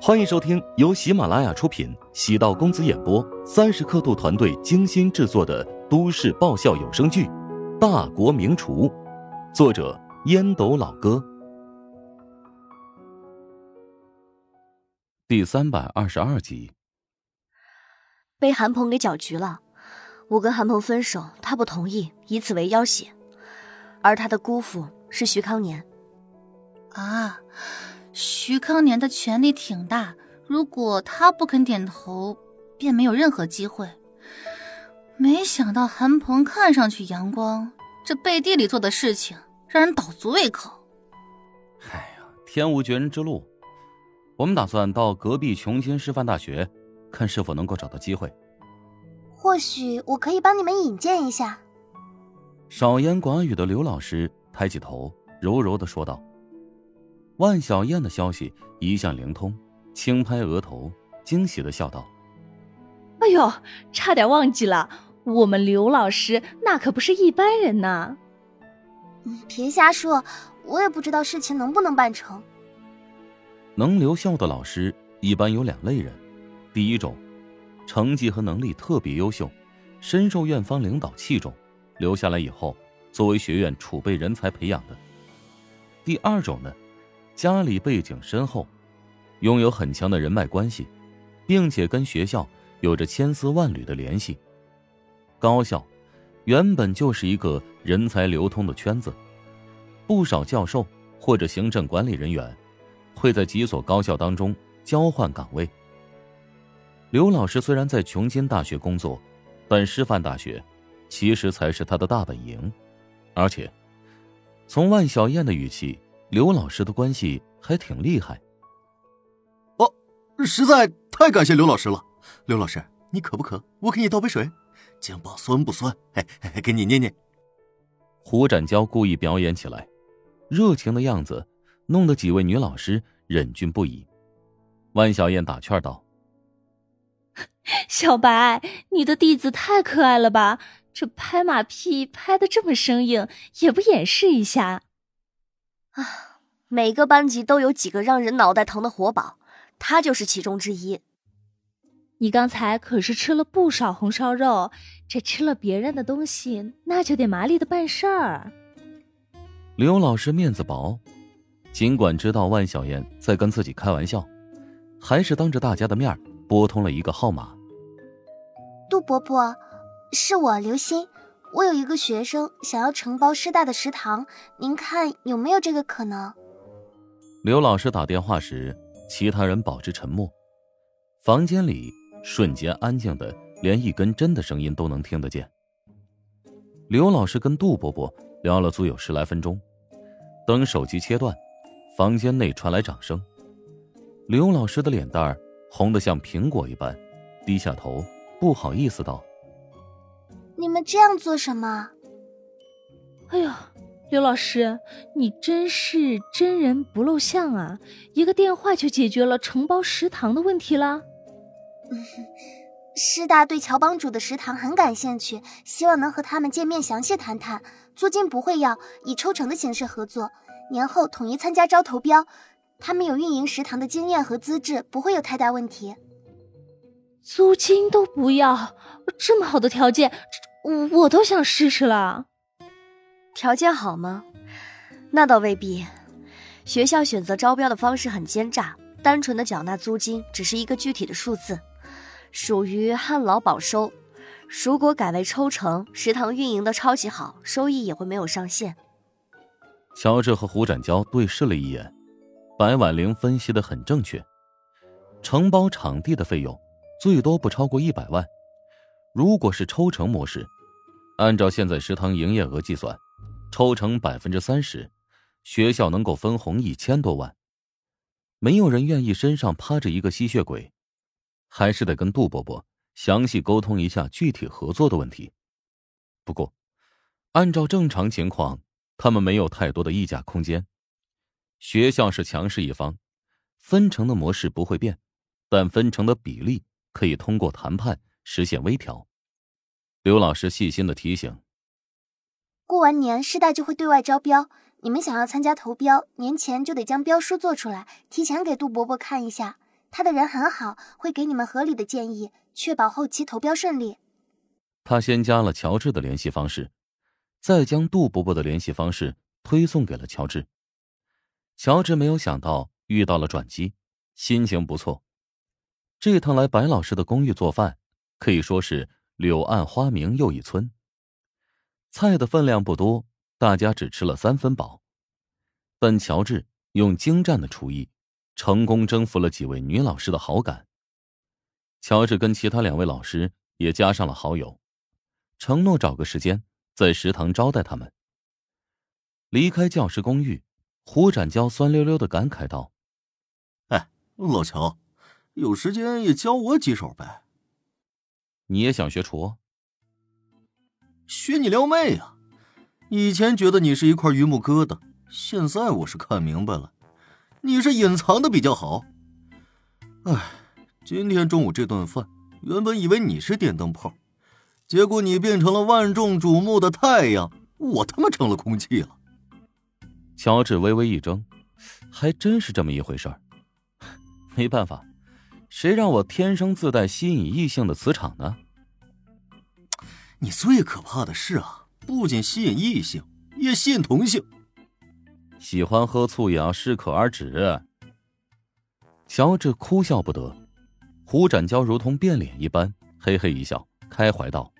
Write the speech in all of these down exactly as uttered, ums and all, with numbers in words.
欢迎收听由喜马拉雅出品，喜道公子演播，三十刻度团队精心制作的都市爆笑有声剧《大国名厨》，作者烟斗老哥。第三百二十二集。 被韩鹏给搅局了，我跟韩鹏分手，他不同意，以此为要挟。而他的姑父是徐康年。 啊，徐康年的权力挺大，如果他不肯点头，便没有任何机会。没想到韩鹏看上去阳光，这背地里做的事情让人倒足胃口。 哎呀，天无绝人之路，我们打算到隔壁琼金师范大学，看是否能够找到机会。 或许我可以帮你们引荐一下。 少言寡语的刘老师抬起头，柔柔地说道。万小燕的消息一向灵通，轻拍额头，惊喜地笑道： 哎呦，差点忘记了，我们刘老师那可不是一般人呐。 嗯，别瞎说，我也不知道事情能不能办成。 能留校的老师一般有两类人，第一种，成绩和能力特别优秀，深受院方领导器重，留下来以后作为学院储备人才培养的。第二种呢，家里背景深厚，拥有很强的人脉关系，并且跟学校有着千丝万缕的联系。高校原本就是一个人才流通的圈子，不少教授或者行政管理人员会在几所高校当中交换岗位。刘老师虽然在琼金大学工作，但师范大学其实才是他的大本营。而且从万小燕的语气，刘老师的关系还挺厉害。 哦，实在太感谢刘老师了。刘老师，你渴不渴？我给你倒杯水。姜爆酸不酸？哎，给你捏捏。 胡展娇故意表演起来，热情的样子弄得几位女老师忍俊不已。万小燕打趣道： 小白，你的弟子太可爱了吧，这拍马屁拍得这么生硬，也不演示一下啊！每个班级都有几个让人脑袋疼的活宝，他就是其中之一。 你刚才可是吃了不少红烧肉，这吃了别人的东西，那就得麻利的办事儿。 刘老师面子薄，尽管知道万小燕在跟自己开玩笑，还是当着大家的面拨通了一个号码。 杜伯伯，是我刘欣，我有一个学生想要承包师大的食堂，您看有没有这个可能？ 刘老师打电话时，其他人保持沉默，房间里瞬间安静的连一根针的声音都能听得见。刘老师跟杜伯伯聊了足有十来分钟，等手机切断，房间内传来掌声。刘老师的脸蛋红得像苹果一般，低下头不好意思道： 你们这样做什么？ 哎呀，刘老师，你真是真人不露相啊，一个电话就解决了承包食堂的问题啦。 师大对乔帮主的食堂很感兴趣，希望能和他们见面详细谈谈，租金不会要，以抽成的形式合作，年后统一参加招投标，他们有运营食堂的经验和资质，不会有太大问题。 租金都不要，这么好的条件，我都想试试了。 条件好吗？那倒未必，学校选择招标的方式很奸诈，单纯的缴纳租金只是一个具体的数字，属于旱涝保收。如果改为抽成，食堂运营的超级好，收益也会没有上限。 乔治和胡展娇对视了一眼，白婉玲分析得很正确，承包场地的费用最多不超过一百万，如果是抽成模式，按照现在食堂营业额计算，抽成百分之三十，学校能够分红一千多万。没有人愿意身上趴着一个吸血鬼，还是得跟杜伯伯详细沟通一下具体合作的问题。不过，按照正常情况，他们没有太多的议价空间。学校是强势一方，分成的模式不会变，但分成的比例可以通过谈判实现微调。刘老师细心的提醒： 过完年师大就会对外招标，你们想要参加投标，年前就得将标书做出来，提前给杜伯伯看一下。 他的人很好，会给你们合理的建议，确保后期投标顺利。 他先加了乔治的联系方式，再将杜伯伯的联系方式推送给了乔治。乔治没有想到遇到了转机，心情不错。这趟来白老师的公寓做饭，可以说是柳暗花明又一村。菜的分量不多，大家只吃了三分饱。但乔治用精湛的厨艺，成功征服了几位女老师的好感。乔治跟其他两位老师也加上了好友，承诺找个时间在食堂招待他们。离开教师公寓，胡展娇酸溜溜地感慨道：“ 哎，老乔，有时间也教我几手呗。”“ 你也想学厨？”“ 学你撩妹啊！以前觉得你是一块榆木疙瘩，现在我是看明白了，你是隐藏的比较好。哎，今天中午这顿饭，原本以为你是电灯泡，结果你变成了万众瞩目的太阳，我他妈成了空气了。” 乔治微微一怔，还真是这么一回事儿。没办法，谁让我天生自带吸引异性的磁场呢？ 你最可怕的是啊，不仅吸引异性，也吸引同性。 喜欢喝醋也要适可而止。乔治哭笑不得，胡展娇如同变脸一般，嘿嘿一笑，开怀道：“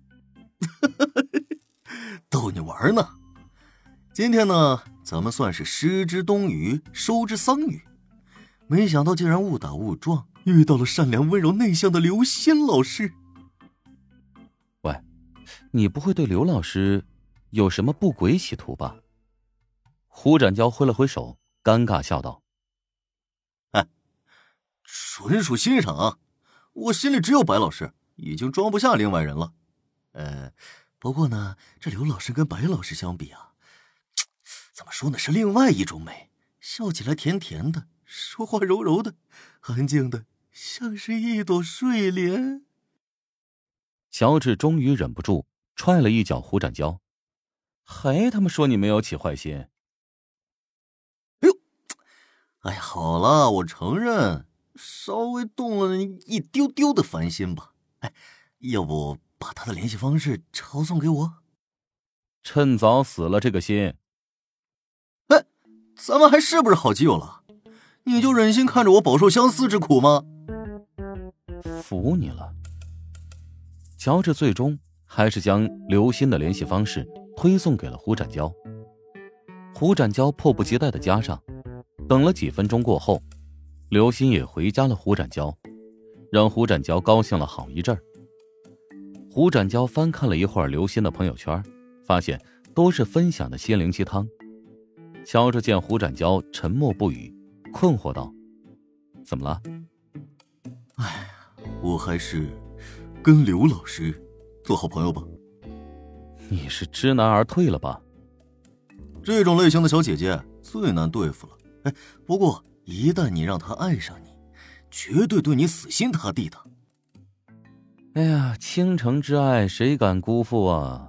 逗你玩呢。今天呢，咱们算是失之东隅，收之桑榆。没想到竟然误打误撞遇到了善良温柔内向的刘欣老师。”“ 喂，你不会对刘老师有什么不轨企图吧？”胡展娇挥了挥手，尴尬笑道：“ 哎，纯属欣赏啊！我心里只有白老师，已经装不下另外人了。呃，不过呢，这刘老师跟白老师相比啊，怎么说呢，是另外一种美，笑起来甜甜的，说话柔柔的，安静的像是一朵睡莲。” 乔治终于忍不住踹了一脚胡展娇，还他妈说你没有起坏心。 哎呦，哎呀，好了，我承认稍微动了一丢丢的烦心吧。哎，要不把他的联系方式抄送给我？ 趁早死了这个心。 哎，咱们还是不是好基友了？你就忍心看着我饱受相思之苦吗？ 服你了。乔治最终还是将刘欣的联系方式推送给了胡展娇。胡展娇迫不及待地加上，等了几分钟过后，刘欣也回加了胡展娇，让胡展娇高兴了好一阵儿。胡展娇翻看了一会儿刘欣的朋友圈，发现都是分享的心灵鸡汤。乔治见胡展娇沉默不语，困惑道：“怎么了？”“ 哎，我还是跟刘老师做好朋友吧。”“ 你是知难而退了吧？”“ 这种类型的小姐姐最难对付了。哎，不过一旦你让她爱上你，绝对对你死心塌地的。”“ 哎呀，倾城之爱谁敢辜负啊！”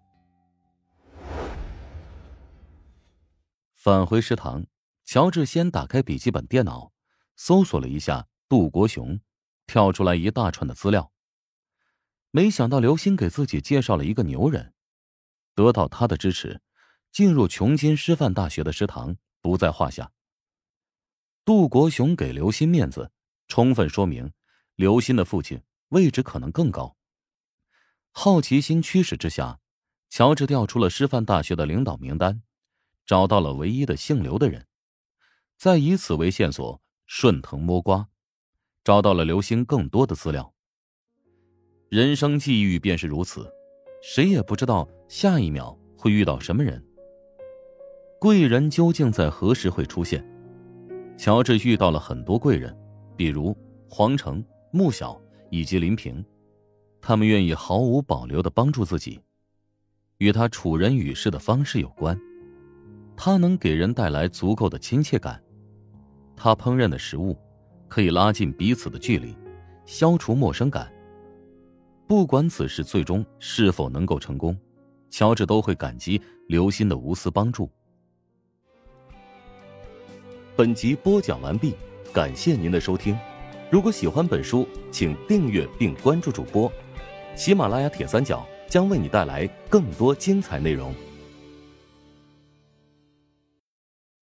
返回食堂，乔治先打开笔记本电脑，搜索了一下杜国雄，跳出来一大串的资料。没想到刘欣给自己介绍了一个牛人，得到他的支持，进入琼金师范大学的食堂不在话下。杜国雄给刘欣面子，充分说明刘欣的父亲位置可能更高。好奇心驱使之下，乔治调出了师范大学的领导名单，找到了唯一的姓刘的人，再以此为线索顺藤摸瓜，找到了刘欣更多的资料。人生际遇便是如此，谁也不知道下一秒会遇到什么人。贵人究竟在何时会出现？乔治遇到了很多贵人，比如黄成、穆晓以及林平，他们愿意毫无保留地帮助自己，与他处人与事的方式有关。他能给人带来足够的亲切感，他烹饪的食物可以拉近彼此的距离，消除陌生感。不管此事最终是否能够成功，乔治都会感激刘欣的无私帮助。本集播讲完毕，感谢您的收听。 如果喜欢本书，请订阅并关注主播，喜马拉雅铁三角将为你带来更多精彩内容。